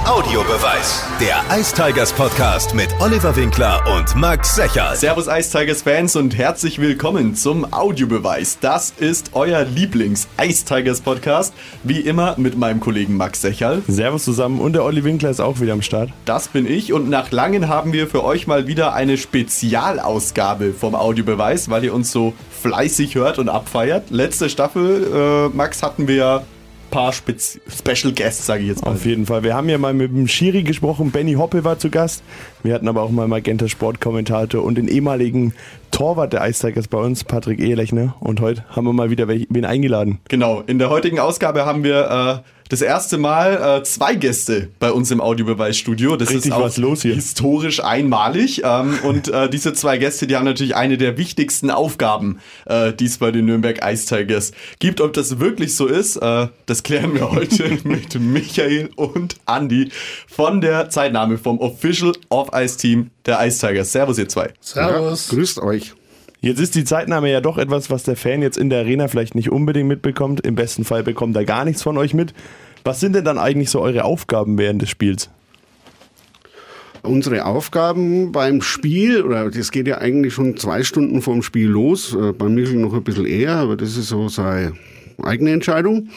Audiobeweis. Der Ice Tigers Podcast mit Oliver Winkler und Max Secherl. Servus Ice Tigers Fans und herzlich willkommen zum Audiobeweis. Das ist euer Lieblings-Ice Tigers Podcast. Wie immer mit meinem Kollegen Max Secherl. Servus zusammen und der Olli Winkler ist auch wieder am Start. Das bin ich und nach langem haben wir für euch mal wieder eine Spezialausgabe vom Audiobeweis, weil ihr uns so fleißig hört und abfeiert. Letzte Staffel, Max, hatten wir ja paar Special Guests, sage ich jetzt mal. Auf jeden Fall. Wir haben ja mal mit dem Schiri gesprochen, Benny Hoppe war zu Gast. Wir hatten aber auch mal Magenta Sportkommentator und den ehemaligen Torwart der Ice Tigers bei uns, Patrick Ehelechner. Und heute haben wir mal wieder wen eingeladen. Genau, in der heutigen Ausgabe haben wir das erste Mal zwei Gäste bei uns im Audiobeweisstudio. Das Richtig ist auch was los hier. Historisch einmalig. Und diese zwei Gäste, die haben natürlich eine der wichtigsten Aufgaben, die es bei den Nürnberg Ice Tigers gibt. Ob das wirklich so ist, das klären wir heute mit Michael und Andi von der Zeitnahme vom Official Off-Ice-Team der Ice Tigers. Servus ihr zwei. Servus. Ja, grüßt euch. Jetzt ist die Zeitnahme ja doch etwas, was der Fan jetzt in der Arena vielleicht nicht unbedingt mitbekommt. Im besten Fall bekommt er gar nichts von euch mit. Was sind denn dann eigentlich so eure Aufgaben während des Spiels? Unsere Aufgaben beim Spiel, oder das geht ja eigentlich schon 2 Stunden vorm Spiel los, bei Michel noch ein bisschen eher, aber das ist so seine eigene Entscheidung,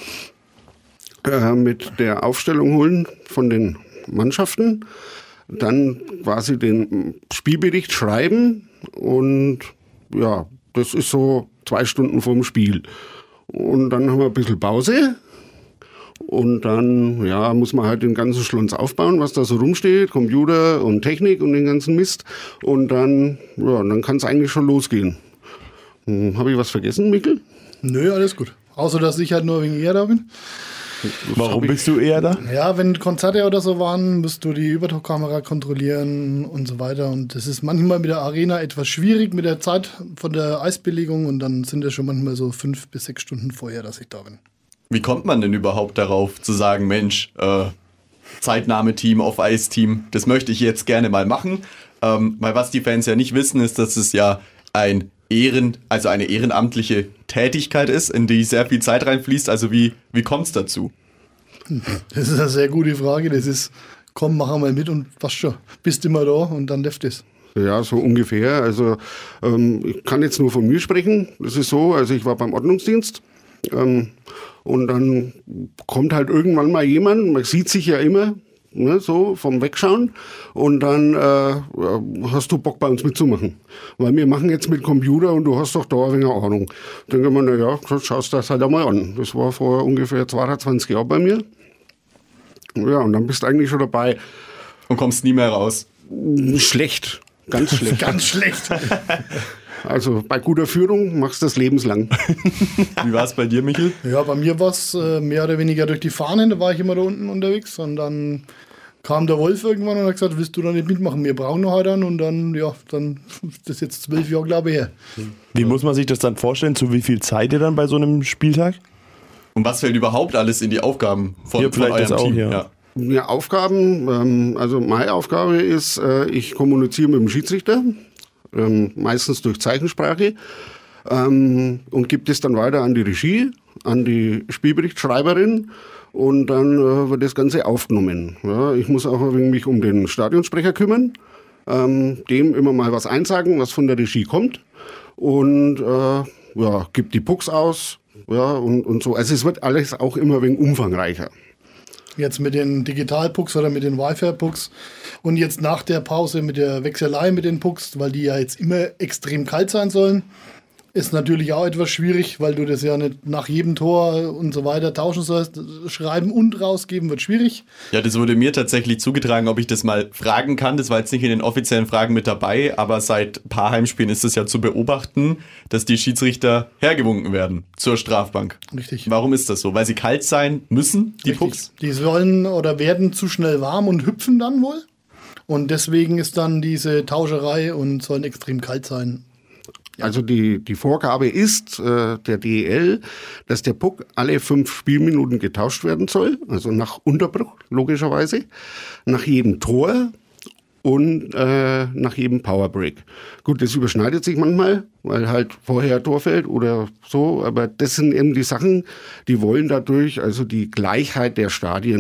mit der Aufstellung holen von den Mannschaften, dann quasi den Spielbericht schreiben und ja, das ist so 2 Stunden vorm Spiel. Und dann haben wir ein bisschen Pause. Und dann ja, muss man halt den ganzen Schlons aufbauen, was da so rumsteht, Computer und Technik und den ganzen Mist. Und dann, ja, dann kann es eigentlich schon losgehen. Habe ich was vergessen, Mikkel? Nö, alles gut. Außer, dass ich halt nur wegen eher da bin. Warum bist du eher da? Ja, wenn Konzerte oder so waren, musst du die Überwachungskamera kontrollieren und so weiter. Und das ist manchmal mit der Arena etwas schwierig mit der Zeit von der Eisbelegung. Und dann sind es schon manchmal so 5 bis 6 Stunden vorher, dass ich da bin. Wie kommt man denn überhaupt darauf zu sagen, Mensch, Zeitnahme-Team, Off-Ice-Team, das möchte ich jetzt gerne mal machen? Weil was die Fans ja nicht wissen, ist, dass es ja eine ehrenamtliche Tätigkeit ist, in die sehr viel Zeit reinfließt. Also wie kommt es dazu? Das ist eine sehr gute Frage. Das ist, komm, mach mal mit und passt schon. Bist immer da und dann läuft es. Ja, so ungefähr. Also ich kann jetzt nur von mir sprechen. Das ist so, also ich war beim Ordnungsdienst. Und dann kommt halt irgendwann mal jemand, man sieht sich ja immer, ne, so vom Wegschauen, und dann hast du Bock bei uns mitzumachen. Weil wir machen jetzt mit Computer und du hast doch da ein wenig Ahnung. Dann denke ich mir, naja, schaust das halt einmal an. Das war vor ungefähr 22 Jahren bei mir. Ja, und dann bist du eigentlich schon dabei. Und kommst nie mehr raus. Schlecht, ganz schlecht. Ganz schlecht. Also bei guter Führung machst du das lebenslang. Wie war es bei dir, Michael? Ja, bei mir war es mehr oder weniger durch die Fahnen, da war ich immer da unten unterwegs und dann kam der Wolf irgendwann und hat gesagt, willst du da nicht mitmachen, wir brauchen noch einen und dann, ja, dann das ist jetzt 12 Jahre, glaube ich, her. Wie muss man sich das dann vorstellen, zu wie viel Zeit ihr dann bei so einem Spieltag? Und was fällt überhaupt alles in die Aufgaben von Ja, vielleicht eurem das auch, Team? ja. Ja, Aufgaben, also meine Aufgabe ist, ich kommuniziere mit dem Schiedsrichter, meistens durch Zeichensprache, und gebe das dann weiter an die Regie, an die Spielberichtschreiberin, und dann wird das Ganze aufgenommen. Ja, ich muss auch mich um den Stadionsprecher kümmern, dem immer mal was einsagen, was von der Regie kommt, und ja, gebe die Pucks aus, ja, und so. Also es wird alles auch immer ein wenig umfangreicher. Jetzt mit den Digital-Pucks oder mit den Wi-Fi-Pucks und jetzt nach der Pause mit der Wechselei mit den Pucks, weil die ja jetzt immer extrem kalt sein sollen, ist natürlich auch etwas schwierig, weil du das ja nicht nach jedem Tor und so weiter tauschen sollst. Schreiben und rausgeben wird schwierig. Ja, das wurde mir tatsächlich zugetragen, ob ich das mal fragen kann. Das war jetzt nicht in den offiziellen Fragen mit dabei, aber seit ein paar Heimspielen ist es ja zu beobachten, dass die Schiedsrichter hergewunken werden zur Strafbank. Richtig. Warum ist das so? Weil sie kalt sein müssen, die Pucks? Die sollen oder werden zu schnell warm und hüpfen dann wohl. Und deswegen ist dann diese Tauscherei und sollen extrem kalt sein. Also die Vorgabe ist der DEL, dass der Puck alle 5 Spielminuten getauscht werden soll, also nach Unterbruch logischerweise, nach jedem Tor und nach jedem Powerbreak. Gut, das überschneidet sich manchmal, weil halt vorher ein Tor fällt oder so, aber das sind eben die Sachen, die wollen dadurch also die Gleichheit der Stadien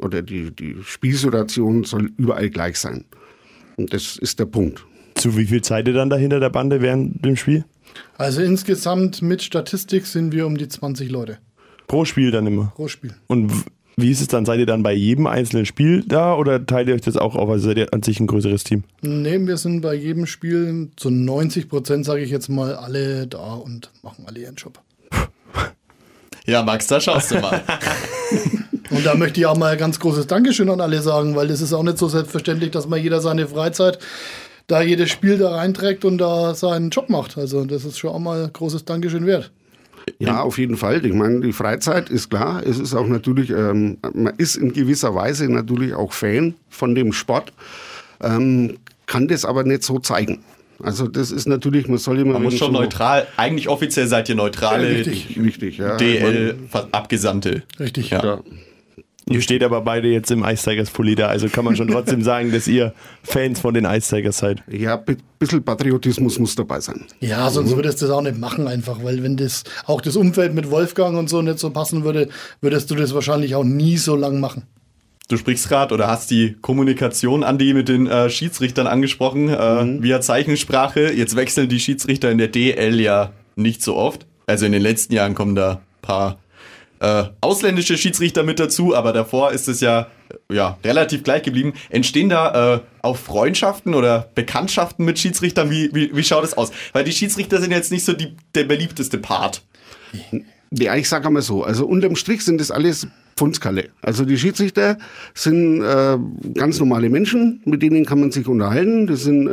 oder die Spielsituation soll überall gleich sein. Und das ist der Punkt. Zu wie viel seid ihr dann da hinter der Bande während dem Spiel? Also insgesamt mit Statistik sind wir um die 20 Leute. Pro Spiel dann immer? Pro Spiel. Und wie ist es dann? Seid ihr dann bei jedem einzelnen Spiel da oder teilt ihr euch das auch auf? Also seid ihr an sich ein größeres Team? Nee, wir sind bei jedem Spiel zu 90%, sage ich jetzt mal, alle da und machen alle ihren Job. Ja, Max, da schaust du mal. Und da möchte ich auch mal ein ganz großes Dankeschön an alle sagen, weil das ist auch nicht so selbstverständlich, dass man jeder seine Freizeit da jedes Spiel da reinträgt und da seinen Job macht. Also das ist schon auch mal ein großes Dankeschön wert. Ja, auf jeden Fall. Ich meine, die Freizeit ist klar. Es ist auch natürlich, man ist in gewisser Weise natürlich auch Fan von dem Sport, kann das aber nicht so zeigen. Also das ist natürlich, man soll immer... Man muss schon so neutral, eigentlich offiziell seid ihr neutrale richtig, ja. DL-Abgesandte. Richtig. Ja. Ihr steht aber beide jetzt im Ice Tigers Pulli da, also kann man schon trotzdem sagen, dass ihr Fans von den Ice Tigers seid. Ja, ein bisschen Patriotismus muss dabei sein. Ja, sonst würdest du das auch nicht machen einfach, weil wenn das auch das Umfeld mit Wolfgang und so nicht so passen würde, würdest du das wahrscheinlich auch nie so lang machen. Du sprichst gerade oder hast die Kommunikation, Andi, mit den Schiedsrichtern angesprochen, via Zeichensprache. Jetzt wechseln die Schiedsrichter in der DL ja nicht so oft. Also in den letzten Jahren kommen da ein paar ausländische Schiedsrichter mit dazu, aber davor ist es ja relativ gleich geblieben. Entstehen da auch Freundschaften oder Bekanntschaften mit Schiedsrichtern? Wie schaut es aus? Weil die Schiedsrichter sind jetzt nicht so der beliebteste Part. Ja, ich sage einmal so, also unterm Strich sind das alles Pfundskalle. Also die Schiedsrichter sind ganz normale Menschen, mit denen kann man sich unterhalten. Das sind,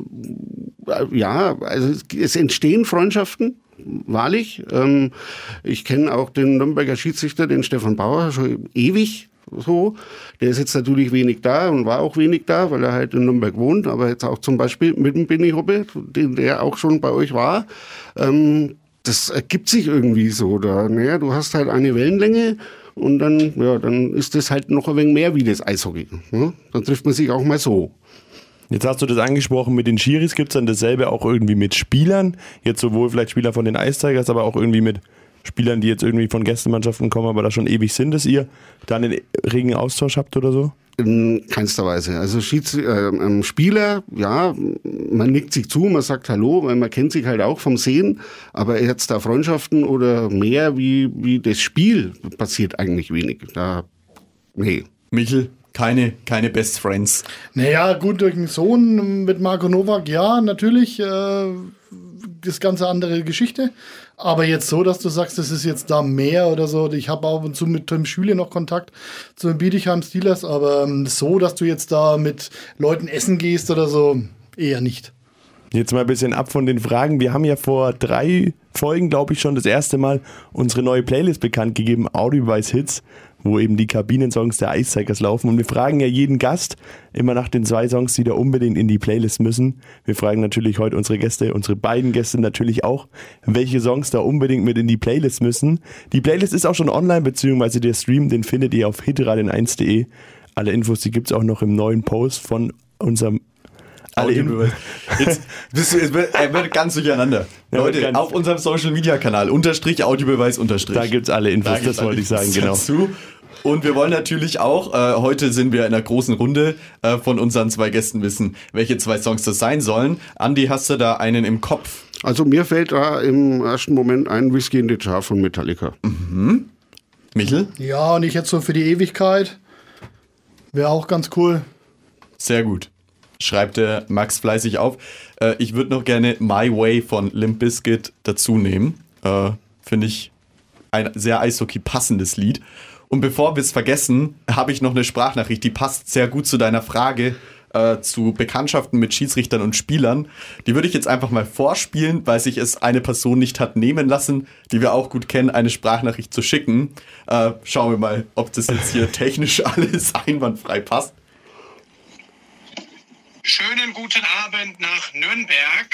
also es entstehen Freundschaften. Wahrlich. Ich kenne auch den Nürnberger Schiedsrichter, den Stefan Bauer, schon ewig so. Der ist jetzt natürlich wenig da und war auch wenig da, weil er halt in Nürnberg wohnt. Aber jetzt auch zum Beispiel mit dem Benny Hoppe, der auch schon bei euch war. Das ergibt sich irgendwie so. Naja, du hast halt eine Wellenlänge und dann ist das halt noch ein wenig mehr wie das Eishockey. Ja? Dann trifft man sich auch mal so. Jetzt hast du das angesprochen mit den Schiris, gibt es dann dasselbe auch irgendwie mit Spielern? Jetzt sowohl vielleicht Spieler von den Ice Tigers, aber auch irgendwie mit Spielern, die jetzt irgendwie von Gästemannschaften kommen, aber da schon ewig sind, dass ihr da einen regen Austausch habt oder so? In keinster Weise. Also Spieler, ja, man nickt sich zu, man sagt Hallo, weil man kennt sich halt auch vom Sehen, aber jetzt da Freundschaften oder mehr wie das Spiel passiert eigentlich wenig. Nee. Michel? Keine Best Friends. Naja, gut, durch den Sohn mit Marco Nowak, ja, natürlich, das ganze andere Geschichte. Aber jetzt so, dass du sagst, das ist jetzt da mehr oder so. Ich habe ab und zu mit Tim Schüle noch Kontakt zu den Bietigheim Steelers, aber so, dass du jetzt da mit Leuten essen gehst oder so, eher nicht. Jetzt mal ein bisschen ab von den Fragen. Wir haben ja vor 3 Folgen, glaube ich, schon das erste Mal unsere neue Playlist bekannt gegeben, Audiobeweis Hits, wo eben die Kabinensongs der Ice Tigers laufen. Und wir fragen ja jeden Gast immer nach den 2 Songs, die da unbedingt in die Playlist müssen. Wir fragen natürlich heute unsere Gäste, unsere beiden Gäste natürlich auch, welche Songs da unbedingt mit in die Playlist müssen. Die Playlist ist auch schon online, beziehungsweise der Stream, den findet ihr auf hitradion1.de. Alle Infos, die gibt es auch noch im neuen Post von unserem Jetzt wird ganz durcheinander. Ja, Leute, auf unserem Social Media Kanal, Audiobeweis _. Da gibt es alle Infos, das wollte ich sagen, genau. Dazu. Und wir wollen natürlich auch, heute sind wir in einer großen Runde, von unseren 2 Gästen wissen, welche 2 Songs das sein sollen. Andi, hast du da einen im Kopf? Also mir fällt da im ersten Moment ein Whiskey in the Jar von Metallica. Mhm. Michel? Ja, und ich jetzt so für die Ewigkeit. Wäre auch ganz cool. Sehr gut. Schreibt der Max fleißig auf. Ich würde noch gerne My Way von Limp Bizkit dazu nehmen. Finde ich ein sehr Eishockey-passendes Lied. Und bevor wir es vergessen, habe ich noch eine Sprachnachricht, die passt sehr gut zu deiner Frage zu Bekanntschaften mit Schiedsrichtern und Spielern. Die würde ich jetzt einfach mal vorspielen, weil sich es eine Person nicht hat nehmen lassen, die wir auch gut kennen, eine Sprachnachricht zu schicken. Schauen wir mal, ob das jetzt hier technisch alles einwandfrei passt. Schönen guten Abend nach Nürnberg.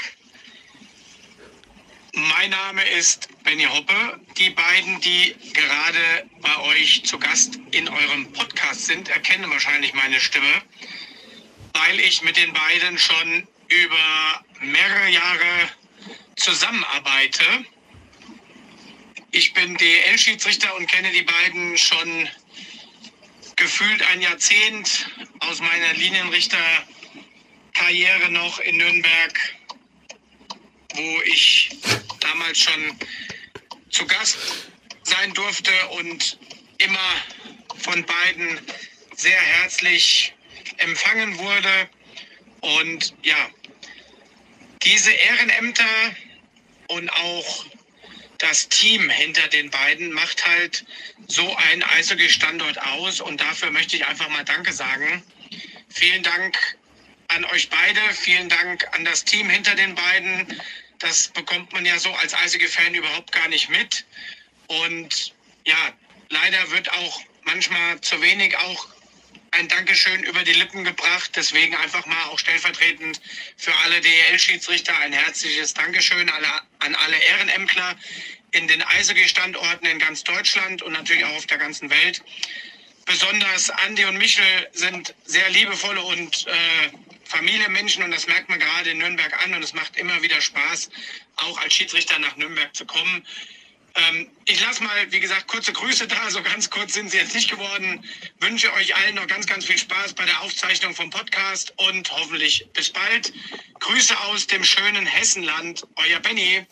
Mein Name ist Benny Hoppe. Die beiden, die gerade bei euch zu Gast in eurem Podcast sind, erkennen wahrscheinlich meine Stimme, weil ich mit den beiden schon über mehrere Jahre zusammenarbeite. Ich bin DEL-Schiedsrichter und kenne die beiden schon gefühlt ein Jahrzehnt aus meiner Linienrichterkarriere noch in Nürnberg, wo ich damals schon zu Gast sein durfte und immer von beiden sehr herzlich empfangen wurde. Und ja, diese Ehrenämter und auch das Team hinter den beiden macht halt so ein Eishockey-Standort aus. Und dafür möchte ich einfach mal Danke sagen. Vielen Dank an euch beide. Vielen Dank an das Team hinter den beiden. Das bekommt man ja so als Eishockey-Fan überhaupt gar nicht mit. Und ja, leider wird auch manchmal zu wenig auch ein Dankeschön über die Lippen gebracht. Deswegen einfach mal auch stellvertretend für alle DEL-Schiedsrichter ein herzliches Dankeschön an alle Ehrenämtler in den Eishockey-Standorten in ganz Deutschland und natürlich auch auf der ganzen Welt. Besonders Andi und Michel sind sehr liebevolle und Familienmenschen und das merkt man gerade in Nürnberg an und es macht immer wieder Spaß, auch als Schiedsrichter nach Nürnberg zu kommen. Ich lasse mal, wie gesagt, kurze Grüße da, so ganz kurz sind sie jetzt nicht geworden. Wünsche euch allen noch ganz, ganz viel Spaß bei der Aufzeichnung vom Podcast und hoffentlich bis bald. Grüße aus dem schönen Hessenland, euer Benny.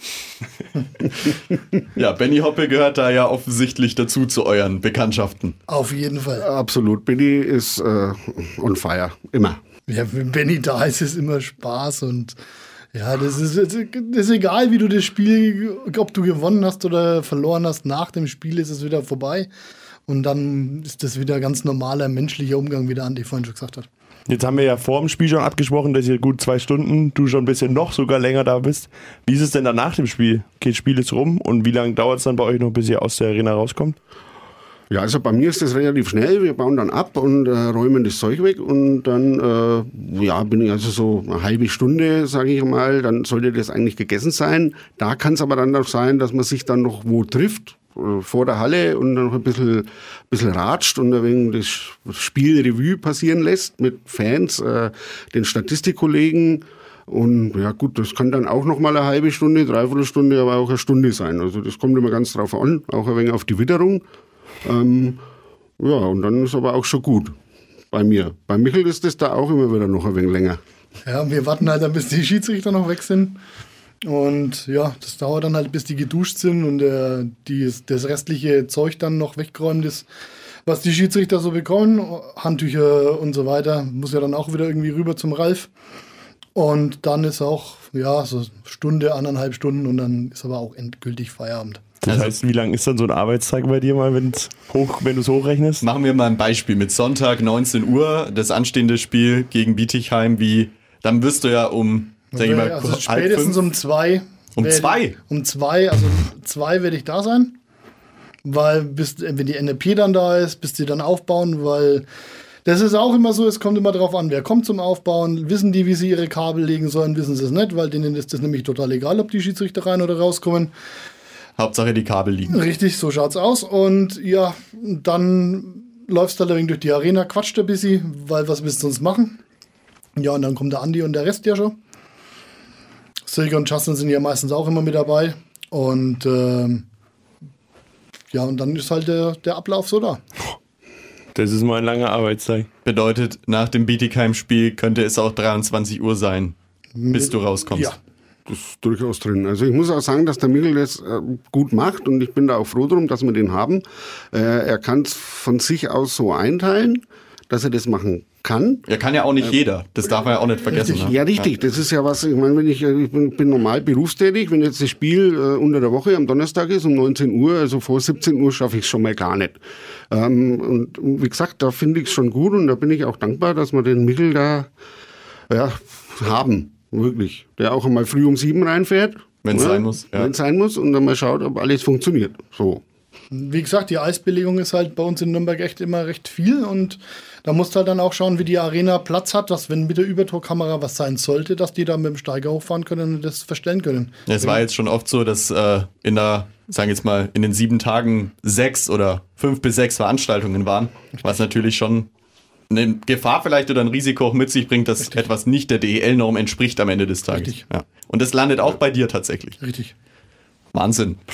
Ja, Benny Hoppe gehört da ja offensichtlich dazu zu euren Bekanntschaften. Auf jeden Fall. Absolut, Benny ist on fire, immer. Ja, wenn Benny da ist, ist immer Spaß und ja, das ist egal, wie du das Spiel, ob du gewonnen hast oder verloren hast, nach dem Spiel ist es wieder vorbei und dann ist das wieder ganz normaler menschlicher Umgang, wie der Andi vorhin schon gesagt hat. Jetzt haben wir ja vor dem Spiel schon abgesprochen, dass ihr gut 2 Stunden, du schon ein bisschen noch sogar länger da bist. Wie ist es denn dann nach dem Spiel? Geht das Spiel jetzt rum und wie lange dauert es dann bei euch noch, bis ihr aus der Arena rauskommt? Ja, also bei mir ist das relativ schnell. Wir bauen dann ab und räumen das Zeug weg und dann bin ich also so eine halbe Stunde, sage ich mal, dann sollte das eigentlich gegessen sein. Da kann es aber dann auch sein, dass man sich dann noch wo trifft, vor der Halle und dann noch ein bisschen ratscht und ein wenig das Spielrevue passieren lässt mit Fans, den Statistikkollegen. Und ja gut, das kann dann auch noch mal eine halbe Stunde, 3/4 Stunde, aber auch eine Stunde sein. Also das kommt immer ganz drauf an, auch ein wenig auf die Witterung. Und dann ist aber auch schon gut bei mir. Bei Michel ist das da auch immer wieder noch ein wenig länger. Ja, wir warten halt dann, bis die Schiedsrichter noch weg sind. Und ja, das dauert dann halt, bis die geduscht sind und das restliche Zeug dann noch weggeräumt ist, was die Schiedsrichter so bekommen. Handtücher und so weiter. Muss ja dann auch wieder irgendwie rüber zum Ralf. Und dann ist auch, ja, so Stunde, 1,5 Stunden und dann ist aber auch endgültig Feierabend. Das heißt, wie lang ist dann so ein Arbeitstag bei dir mal, wenn du es hochrechnest? Machen wir mal ein Beispiel mit Sonntag, 19 Uhr, das anstehende Spiel gegen Bietigheim. Dann wirst du ja also spätestens um 2. Um 2? Um 2, also um 2 werde ich da sein. Weil wenn die NRP dann da ist, bis die dann aufbauen, weil das ist auch immer so, es kommt immer darauf an, wer kommt zum Aufbauen, wissen die, wie sie ihre Kabel legen sollen, wissen sie es nicht, weil denen ist das nämlich total egal, ob die Schiedsrichter rein oder rauskommen. Hauptsache die Kabel liegen. Richtig, so schaut's aus. Und ja, dann läufst du halt ein wenig durch die Arena, quatscht ein bisschen, weil was willst du sonst machen? Ja, und dann kommt der Andi und der Rest ja schon. Silke und Justin sind ja meistens auch immer mit dabei. Und und dann ist halt der Ablauf so da. Das ist mal ein langer Arbeitstag. Bedeutet, nach dem Bietigheim-Spiel könnte es auch 23 Uhr sein, bis du rauskommst. Ja. Das ist durchaus drin. Also ich muss auch sagen, dass der Michel das gut macht und ich bin da auch froh drum, dass wir den haben. Er kann es von sich aus so einteilen, dass er das machen kann. Ja, kann ja auch nicht jeder. Das darf man ja auch nicht vergessen. Richtig. Ne? Ja, richtig. Das ist ja was, ich meine, ich bin normal berufstätig, wenn jetzt das Spiel unter der Woche am Donnerstag ist um 19 Uhr, also vor 17 Uhr schaffe ich es schon mal gar nicht. Und wie gesagt, da finde ich es schon gut und da bin ich auch dankbar, dass wir den Michel da haben. Wirklich. Der auch einmal früh um 7 reinfährt. Wenn es sein muss. Ja. Wenn es sein muss und dann mal schaut, ob alles funktioniert. So. Wie gesagt, die Eisbelegung ist halt bei uns in Nürnberg echt immer recht viel und da musst du halt dann auch schauen, wie die Arena Platz hat, dass wenn mit der Übertorkamera was sein sollte, dass die da mit dem Steiger hochfahren können und das verstellen können. Es war jetzt schon oft so, dass in den 7 Tagen 6 oder 5 bis 6 Veranstaltungen waren, was natürlich schon eine Gefahr vielleicht oder ein Risiko auch mit sich bringt, dass etwas nicht der DEL-Norm entspricht am Ende des Tages. Richtig. Ja. Und das landet auch bei dir tatsächlich. Richtig. Wahnsinn.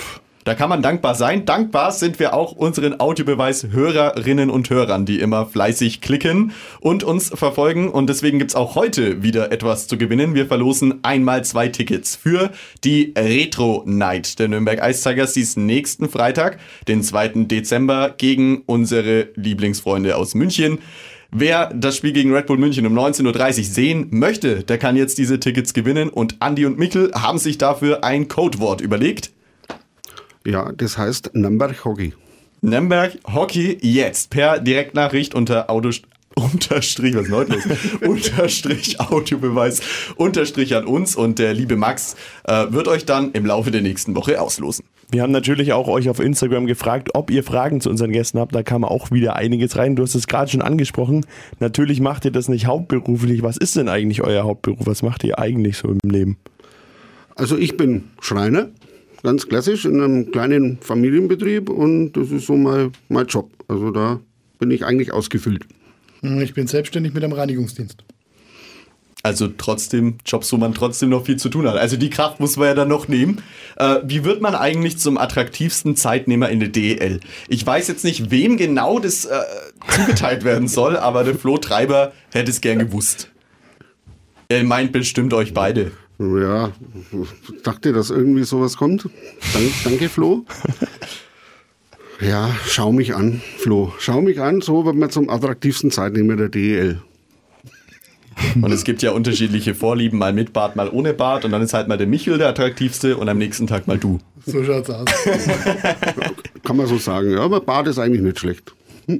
Da kann man dankbar sein. Dankbar sind wir auch unseren Audiobeweis-Hörerinnen und Hörern, die immer fleißig klicken und uns verfolgen. Und deswegen gibt's auch heute wieder etwas zu gewinnen. Wir verlosen einmal 2 Tickets für die Retro Night der Nürnberg Ice Tigers. Die ist nächsten Freitag, den 2. Dezember, gegen unsere Lieblingsfreunde aus München. Wer das Spiel gegen Red Bull München um 19.30 Uhr sehen möchte, der kann jetzt diese Tickets gewinnen. Und Andi und Mikkel haben sich dafür ein Codewort überlegt. Ja, das heißt Nürnberg Hockey. Nürnberg Hockey jetzt per Direktnachricht unter Unterstrich Audiobeweis Unterstrich an uns. Und der liebe Max wird euch dann im Laufe der nächsten Woche auslosen. Wir haben natürlich auch euch auf Instagram gefragt, ob ihr Fragen zu unseren Gästen habt. Da kam auch wieder einiges rein. Du hast es gerade schon angesprochen. Natürlich macht ihr das nicht hauptberuflich. Was ist denn eigentlich euer Hauptberuf? Was macht ihr eigentlich so im Leben? Also ich bin Schreiner, ganz klassisch, in einem kleinen Familienbetrieb und das ist so mein Job. Also da bin ich eigentlich ausgefüllt. Ich bin selbstständig mit einem Reinigungsdienst. Also trotzdem Jobs, wo man trotzdem noch viel zu tun hat. Also die Kraft muss man ja dann noch nehmen. Wie wird man eigentlich zum attraktivsten Zeitnehmer in der DEL? Ich weiß jetzt nicht, wem genau das zugeteilt werden soll, aber der Flo Treiber hätte es gern gewusst. Er meint bestimmt euch beide. Ja, dachte, dass irgendwie sowas kommt. Danke, Flo. Ja, schau mich an, Flo. Schau mich an, so wird man zum attraktivsten Zeitnehmer der DEL. Und es gibt ja unterschiedliche Vorlieben, mal mit Bart, mal ohne Bart. Und dann ist halt mal der Michel der attraktivste und am nächsten Tag mal du. So schaut's aus. Kann man so sagen, ja, aber Bart ist eigentlich nicht schlecht.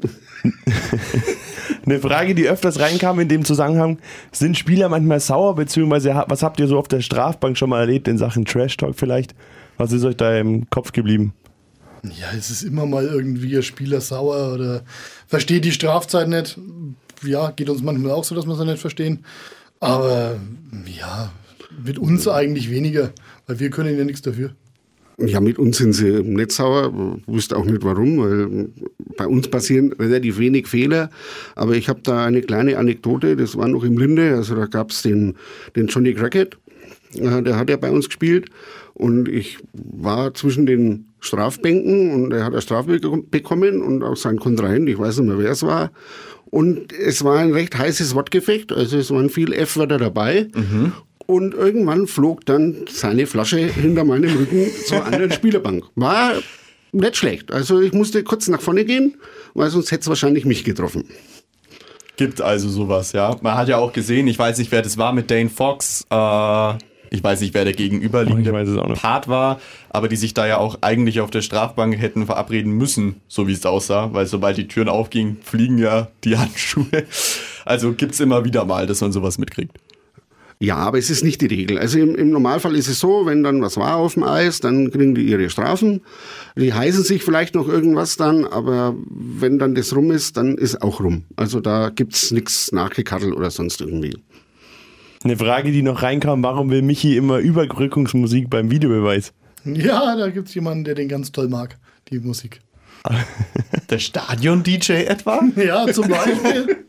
Eine Frage, die öfters reinkam in dem Zusammenhang, sind Spieler manchmal sauer, beziehungsweise was habt ihr so auf der Strafbank schon mal erlebt in Sachen Trash-Talk vielleicht? Was ist euch da im Kopf geblieben? Ja, es ist immer mal irgendwie ein Spieler sauer oder versteht die Strafzeit nicht. Ja, geht uns manchmal auch so, dass wir es nicht verstehen. Aber ja, mit uns eigentlich weniger, weil wir können ja nichts dafür. Ja, mit uns sind sie nicht sauer, wusste auch nicht warum, weil bei uns passieren relativ wenig Fehler. Aber ich habe da eine kleine Anekdote, das war noch im Linde, also da gab es den Johnny Crackett, der hat ja bei uns gespielt und ich war zwischen den Strafbänken und er hat eine Strafe bekommen und auch sein Kontrahent, ich weiß nicht mehr, wer es war. Und es war ein recht heißes Wortgefecht, also es waren viele F-Wörter dabei. Mhm. Und irgendwann flog dann seine Flasche hinter meinem Rücken zur anderen Spielerbank. War nicht schlecht. Also ich musste kurz nach vorne gehen, weil sonst hätte es wahrscheinlich mich getroffen. Gibt also sowas, ja. Man hat ja auch gesehen, ich weiß nicht, wer das war mit Dane Fox. Ich weiß nicht, wer der gegenüberliegende Part war, aber die sich da ja auch eigentlich auf der Strafbank hätten verabreden müssen, so wie es aussah, weil sobald die Türen aufgingen, fliegen ja die Handschuhe. Also gibt's immer wieder mal, dass man sowas mitkriegt. Ja, aber es ist nicht die Regel. Also im Normalfall ist es so, wenn dann was war auf dem Eis, dann kriegen die ihre Strafen. Die heißen sich vielleicht noch irgendwas dann, aber wenn dann das rum ist, dann ist auch rum. Also da gibt's nichts nachgekattelt oder sonst irgendwie. Eine Frage, die noch reinkam, warum will Michi immer Überbrückungsmusik beim Videobeweis? Ja, da gibt's jemanden, der den ganz toll mag, die Musik. Der Stadion-DJ etwa? Ja, zum Beispiel.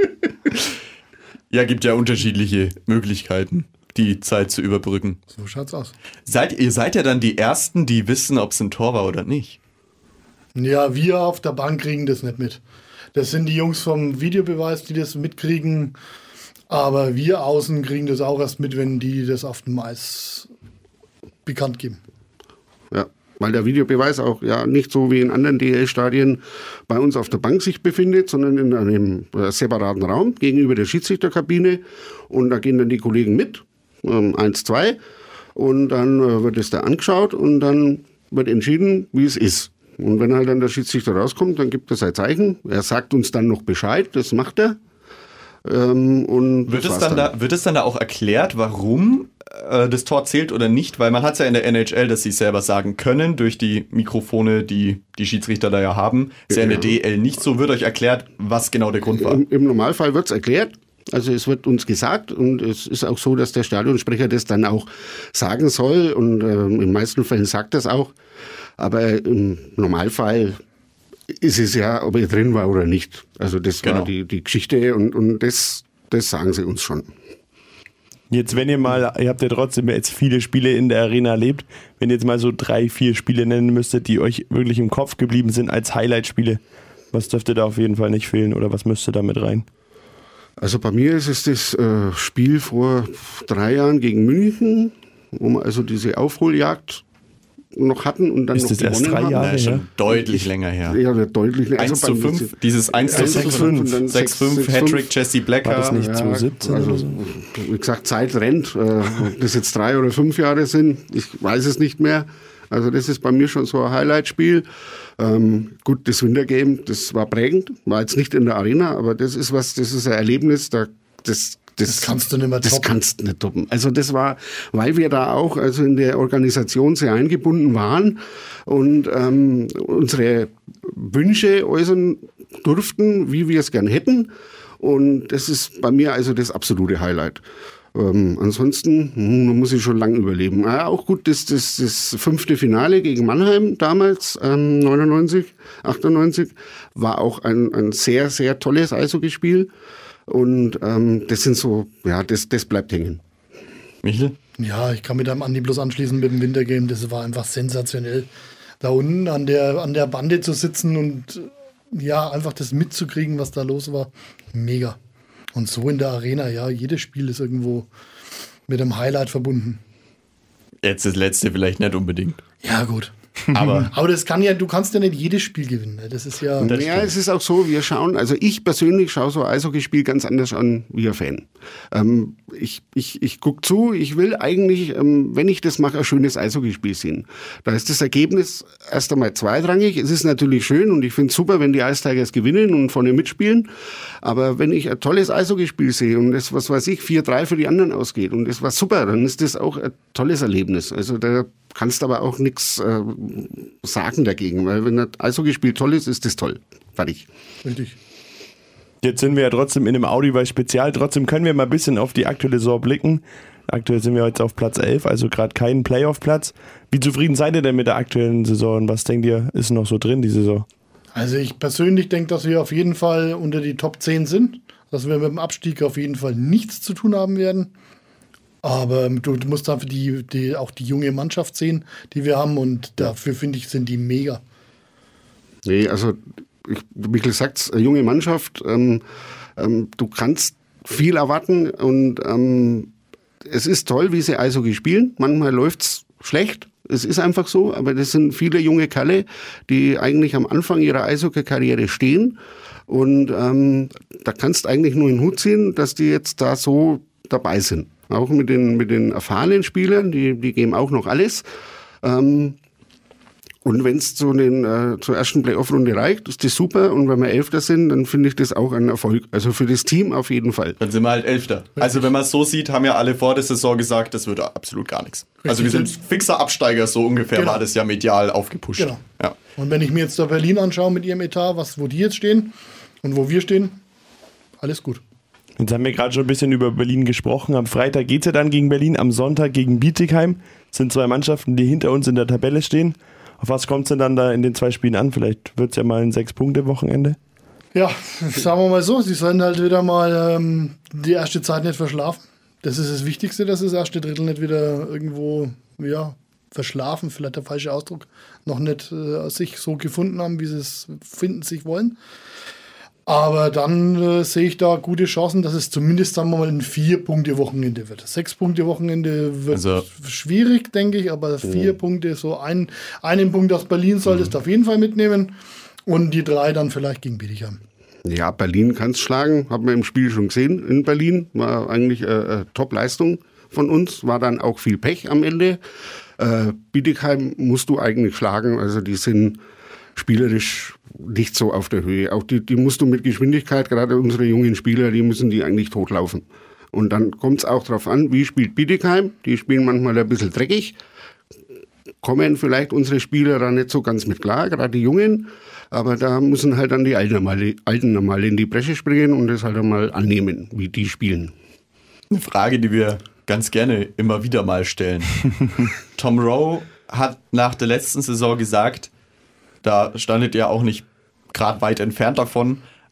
Ja, gibt ja unterschiedliche Möglichkeiten, die Zeit zu überbrücken. So schaut's aus. Ihr seid ja dann die Ersten, die wissen, ob es ein Tor war oder nicht. Ja, wir auf der Bank kriegen das nicht mit. Das sind die Jungs vom Videobeweis, die das mitkriegen. Aber wir außen kriegen das auch erst mit, wenn die das auf dem Eis bekannt geben. Ja, weil der Videobeweis auch ja nicht so wie in anderen DL-Stadien bei uns auf der Bank sich befindet, sondern in einem separaten Raum gegenüber der Schiedsrichterkabine. Und da gehen dann die Kollegen mit, 1, 2. Und dann wird es da angeschaut und dann wird entschieden, wie es ist. Und wenn halt dann der Schiedsrichter rauskommt, dann gibt er sein Zeichen. Er sagt uns dann noch Bescheid, das macht er. Und wird es dann da auch erklärt, warum das Tor zählt oder nicht? Weil man hat es ja in der NHL, dass sie es selber sagen können, durch die Mikrofone, die die Schiedsrichter da ja haben. Ist ja in der DL nicht so. Wird euch erklärt, was genau der Grund war? Im Normalfall wird es erklärt. Also es wird uns gesagt und es ist auch so, dass der Stadionsprecher das dann auch sagen soll und in den meisten Fällen sagt er es auch. Aber im Normalfall ist es ja, ob er drin war oder nicht. Also das war die Geschichte und das sagen sie uns schon. Jetzt, wenn ihr habt ja trotzdem jetzt viele Spiele in der Arena erlebt, wenn ihr jetzt mal so 3, 4 Spiele nennen müsstet, die euch wirklich im Kopf geblieben sind als Highlight-Spiele, was dürfte da auf jeden Fall nicht fehlen oder was müsste da mit rein? Also bei mir ist es das Spiel vor 3 Jahren gegen München, wo wir also diese Aufholjagd noch hatten und dann ist noch das erst 3 Jahre Ja, schon her? deutlich länger her. Ja, deutlich länger. 1:5, dieses 1:5, 6:5, Hattrick, Jesse Blacker. War das nicht 2017 also, oder so? Wie gesagt, Zeit rennt. Ob das jetzt 3 oder 5 Jahre sind, ich weiß es nicht mehr. Also das ist bei mir schon so ein Highlight-Spiel. Gut, das Wintergame, das war prägend. War jetzt nicht in der Arena, aber das ist ein Erlebnis, das kannst du nicht mehr toppen. Das kannst du nicht toppen. Also das war, weil wir da auch also in der Organisation sehr eingebunden waren und unsere Wünsche äußern durften, wie wir es gern hätten. Und das ist bei mir also das absolute Highlight. Ansonsten muss ich schon lange überleben. Auch gut, das 5. Finale gegen Mannheim damals, 99, 98, war auch ein sehr, sehr tolles Eishockeyspiel. Und das sind so, ja, das bleibt hängen. Michel? Ja, ich kann mit einem Andi bloß anschließen mit dem Wintergame. Das war einfach sensationell. Da unten an der Bande zu sitzen und ja, einfach das mitzukriegen, was da los war. Mega. Und so in der Arena, ja, jedes Spiel ist irgendwo mit einem Highlight verbunden. Jetzt das letzte vielleicht nicht unbedingt. Ja, gut. Aber das kann ja, du kannst ja nicht jedes Spiel gewinnen. Ne? Das ist ja. Ja, es ist auch so, wir schauen, also ich persönlich schaue so ein Eishockeyspiel ganz anders an wie ein Fan. Ich gucke zu, ich will eigentlich, wenn ich das mache, ein schönes Eishockeyspiel sehen. Da ist das Ergebnis erst einmal zweitrangig. Es ist natürlich schön und ich finde es super, wenn die Ice Tigers gewinnen und vorne mitspielen. Aber wenn ich ein tolles Eishockeyspiel sehe und das, was weiß ich, 4-3 für die anderen ausgeht und das war super, dann ist das auch ein tolles Erlebnis. Also da kannst aber auch nichts sagen dagegen, weil wenn das Eishockeyspiel toll ist, ist das toll. Fertig. Richtig. Jetzt sind wir ja trotzdem in einem Audi-Spezial. Trotzdem können wir mal ein bisschen auf die aktuelle Saison blicken. Aktuell sind wir jetzt auf Platz 11, also gerade keinen Playoff-Platz. Wie zufrieden seid ihr denn mit der aktuellen Saison? Was denkt ihr, ist noch so drin, die Saison? Also ich persönlich denke, dass wir auf jeden Fall unter die Top 10 sind. Dass wir mit dem Abstieg auf jeden Fall nichts zu tun haben werden. Aber du musst dafür auch die junge Mannschaft sehen, die wir haben. Und dafür, finde ich, sind die mega. Nee, also Michael sagt's, eine junge Mannschaft, du kannst viel erwarten und es ist toll, wie sie Eishockey spielen. Manchmal läuft's schlecht, es ist einfach so, aber das sind viele junge Kerle, die eigentlich am Anfang ihrer Eishockey-Karriere stehen und da kannst eigentlich nur den Hut ziehen, dass die jetzt da so dabei sind. Auch mit den erfahrenen Spielern, die geben auch noch alles. Und wenn es zur ersten Playoff-Runde reicht, ist das super. Und wenn wir Elfter sind, dann finde ich das auch ein Erfolg. Also für das Team auf jeden Fall. Dann sind wir halt Elfter. Also wenn man es so sieht, haben ja alle vor der Saison gesagt, das wird absolut gar nichts. Also wir sind fixer Absteiger, so ungefähr war das ja medial aufgepusht. Genau. Ja. Und wenn ich mir jetzt da Berlin anschaue mit ihrem Etat, wo die jetzt stehen und wo wir stehen, alles gut. Jetzt haben wir gerade schon ein bisschen über Berlin gesprochen. Am Freitag geht es ja dann gegen Berlin, am Sonntag gegen Bietigheim. Das sind 2 Mannschaften, die hinter uns in der Tabelle stehen. Auf was kommt es denn dann da in den 2 Spielen an? Vielleicht wird es ja mal ein 6-Punkte-Wochenende. Ja, sagen wir mal so, sie sollen halt wieder mal die erste Zeit nicht verschlafen. Das ist das Wichtigste, dass das erste Drittel nicht wieder irgendwo verschlafen, vielleicht der falsche Ausdruck, noch nicht sich so gefunden haben, wie sie es finden, sich wollen. Aber dann sehe ich da gute Chancen, dass es zumindest, sagen wir mal, ein 4-Punkte-Wochenende wird. 6-Punkte-Wochenende wird schwierig, denke ich, aber 4 Punkte, so einen Punkt aus Berlin solltest du auf jeden Fall mitnehmen und die 3 dann vielleicht gegen Bietigheim. Ja, Berlin kann es schlagen, haben wir im Spiel schon gesehen in Berlin, war eigentlich eine Top-Leistung von uns, war dann auch viel Pech am Ende. Bietigheim musst du eigentlich schlagen, also die sind spielerisch nicht so auf der Höhe. Auch die musst du mit Geschwindigkeit, gerade unsere jungen Spieler, die müssen die eigentlich totlaufen. Und dann kommt es auch darauf an, wie spielt Bietigheim. Die spielen manchmal ein bisschen dreckig, kommen vielleicht unsere Spieler da nicht so ganz mit klar, gerade die Jungen. Aber da müssen halt dann die Alten normal in die Bresche springen und das halt einmal annehmen, wie die spielen. Eine Frage, die wir ganz gerne immer wieder mal stellen. Tom Rowe hat nach der letzten Saison gesagt, da standet ihr auch nicht gerade weit entfernt davon,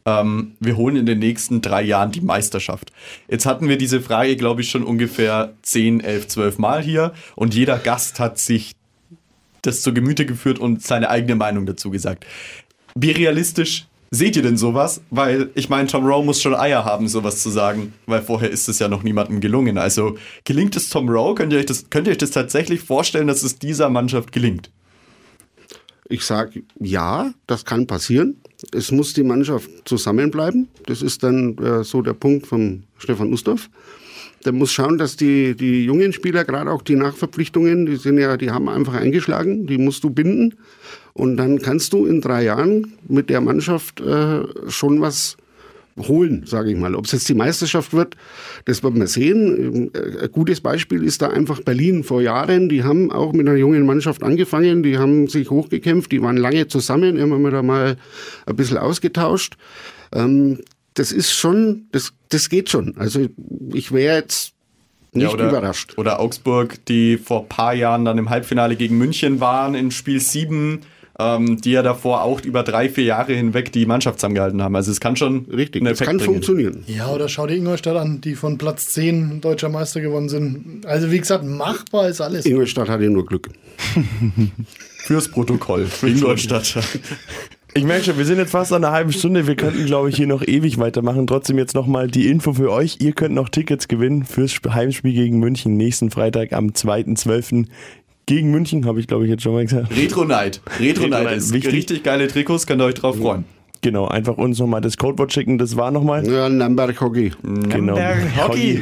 wir holen in den nächsten 3 Jahren die Meisterschaft. Jetzt hatten wir diese Frage, glaube ich, schon ungefähr 10, 11, 12 Mal hier und jeder Gast hat sich das zu Gemüte geführt und seine eigene Meinung dazu gesagt. Wie realistisch seht ihr denn sowas? Weil, ich meine, Tom Rowe muss schon Eier haben, sowas zu sagen, weil vorher ist es ja noch niemandem gelungen. Also, gelingt es Tom Rowe? Könnt ihr euch das tatsächlich vorstellen, dass es dieser Mannschaft gelingt? Ich sage, ja, das kann passieren. Es muss die Mannschaft zusammenbleiben. Das ist dann so der Punkt von Stefan Ustorf. Der muss schauen, dass die jungen Spieler, gerade auch die Nachverpflichtungen, die haben einfach eingeschlagen, die musst du binden. Und dann kannst du in 3 Jahren mit der Mannschaft schon was holen, sage ich mal. Ob es jetzt die Meisterschaft wird, das wird man sehen. Ein gutes Beispiel ist da einfach Berlin vor Jahren. Die haben auch mit einer jungen Mannschaft angefangen, die haben sich hochgekämpft, die waren lange zusammen, immer wieder mal ein bisschen ausgetauscht. Das ist schon, das geht schon. Also ich wäre jetzt nicht überrascht. Oder Augsburg, die vor ein paar Jahren dann im Halbfinale gegen München waren, in Spiel 7, die ja davor auch über 3-4 Jahre hinweg die Mannschaft zusammengehalten haben. Also es kann schon richtig, einen es Effekt kann bringen. Funktionieren. Ja, oder schau dir Ingolstadt an, die von Platz 10 deutscher Meister geworden sind. Also wie gesagt, machbar ist alles. Ingolstadt hatte nur Glück. Fürs Protokoll. Für Ingolstadt. Ich merke schon, wir sind jetzt fast an einer halben Stunde. Wir könnten, glaube ich, hier noch ewig weitermachen. Trotzdem jetzt nochmal die Info für euch. Ihr könnt noch Tickets gewinnen fürs Heimspiel gegen München nächsten Freitag am 2.12. Gegen München, habe ich, glaube ich, jetzt schon mal gesagt. Retro Night ist wichtig. Richtig geile Trikots, könnt ihr euch drauf freuen. Genau, einfach uns nochmal das Codewort schicken. Das war nochmal. Ja, Nürnberg Hockey. Genau. Hockey.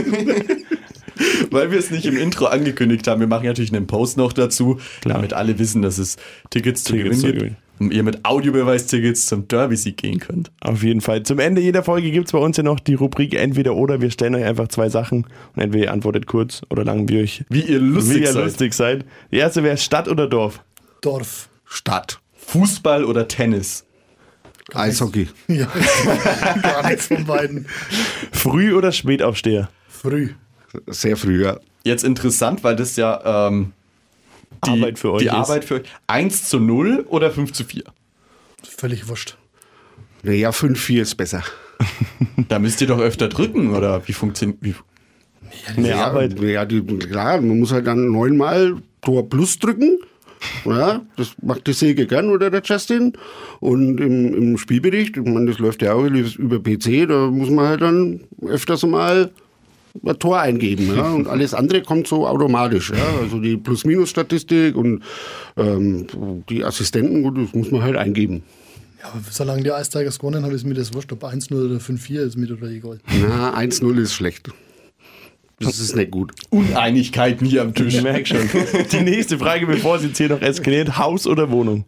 Weil wir es nicht im Intro angekündigt haben. Wir machen natürlich einen Post noch dazu, damit alle wissen, dass es Tickets zu gewinnen gibt. Und ihr mit Audiobeweis-Tickets zum Derby-Sieg gehen könnt. Auf jeden Fall. Zum Ende jeder Folge gibt es bei uns ja noch die Rubrik Entweder oder. Wir stellen euch einfach 2 Sachen und entweder ihr antwortet kurz oder lang, wie ihr lustig seid. Die erste wäre Stadt oder Dorf? Dorf. Stadt. Fußball oder Tennis? Eishockey. Ja, gar nichts von beiden. Früh oder Spätaufsteher? Früh. Sehr früh, ja. Jetzt interessant, weil das ja Arbeit für euch die ist. Arbeit für euch. 1:0 oder 5:4? Völlig wurscht. Naja, 5-4 ist besser. Da müsst ihr doch öfter drücken, oder wie funktioniert? Mehr Arbeit. Ja, klar, man muss halt dann 9-mal Tor plus drücken. Ja, das macht die Säge gern oder der Justin. Und im Spielbericht, ich meine, das läuft ja auch über PC, da muss man halt dann öfters mal ein Tor eingeben. Ja? Und alles andere kommt so automatisch. Ja? Also die Plus-Minus-Statistik und die Assistenten, gut, das muss man halt eingeben. Ja, aber solange die Ice Tigers gewonnen haben, ist mir das wurscht. Ob 1-0 oder 5-4 ist mir total egal. Na, 1-0 ist schlecht. Das ist nicht gut. Uneinigkeiten hier am Tisch. Ich merke schon. Die nächste Frage, bevor sie jetzt hier noch eskaliert. Haus oder Wohnung?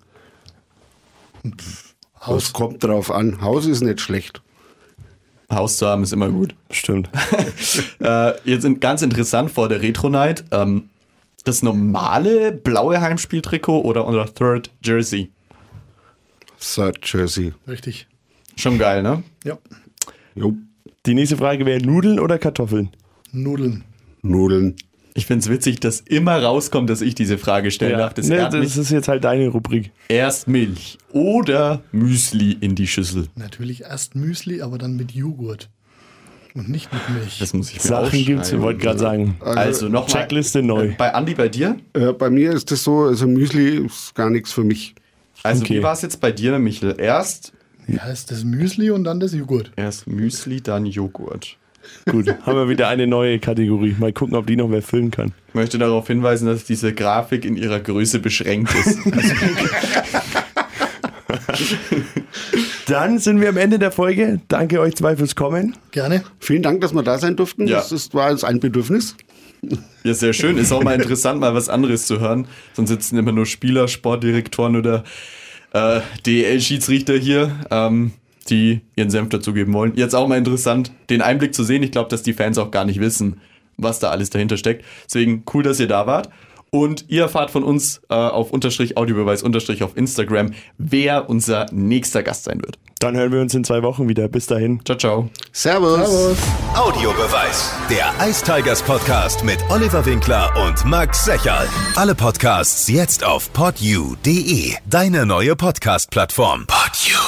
Das kommt drauf an. Haus ist nicht schlecht. Haus zu haben ist immer gut. Stimmt. Jetzt sind ganz interessant vor der Retro Night das normale blaue Heimspieltrikot oder unser Third Jersey. Third Jersey. Richtig. Schon geil, ne? Ja. Jo. Die nächste Frage wäre Nudeln oder Kartoffeln? Nudeln. Nudeln. Ich finde es witzig, dass immer rauskommt, dass ich diese Frage stellen darf. Das ist jetzt halt deine Rubrik. Erst Milch oder Müsli in die Schüssel. Natürlich erst Müsli, aber dann mit Joghurt. Und nicht mit Milch. Das muss ich mir Sachen gibt es, ich wollte gerade sagen. Also nochmal. Checkliste neu. Bei Andi, bei dir? Bei mir ist das so, also Müsli ist gar nichts für mich. Also Okay. wie war es jetzt bei dir, Michel? Erst Ja, ist das Müsli und dann das Joghurt. Müsli, dann Joghurt. Gut, haben wir wieder eine neue Kategorie. Mal gucken, ob die noch wer füllen kann. Ich möchte darauf hinweisen, dass diese Grafik in ihrer Größe beschränkt ist. Dann sind wir am Ende der Folge. Danke euch 2 fürs Kommen. Gerne. Vielen Dank, dass wir da sein durften. Ja. War uns ein Bedürfnis. Ja, sehr schön. Ist auch mal interessant, mal was anderes zu hören. Sonst sitzen immer nur Spieler, Sportdirektoren oder DEL-Schiedsrichter hier, die ihren Senf dazugeben wollen. Jetzt auch mal interessant, den Einblick zu sehen. Ich glaube, dass die Fans auch gar nicht wissen, was da alles dahinter steckt. Deswegen cool, dass ihr da wart. Und ihr erfahrt von uns auf _Audiobeweis_ auf Instagram, wer unser nächster Gast sein wird. Dann hören wir uns in 2 Wochen wieder. Bis dahin. Ciao, ciao. Servus. Audiobeweis. Der Ice Tigers Podcast mit Oliver Winkler und Max Secherl. Alle Podcasts jetzt auf podyou.de. Deine neue Podcast-Plattform. Podyou.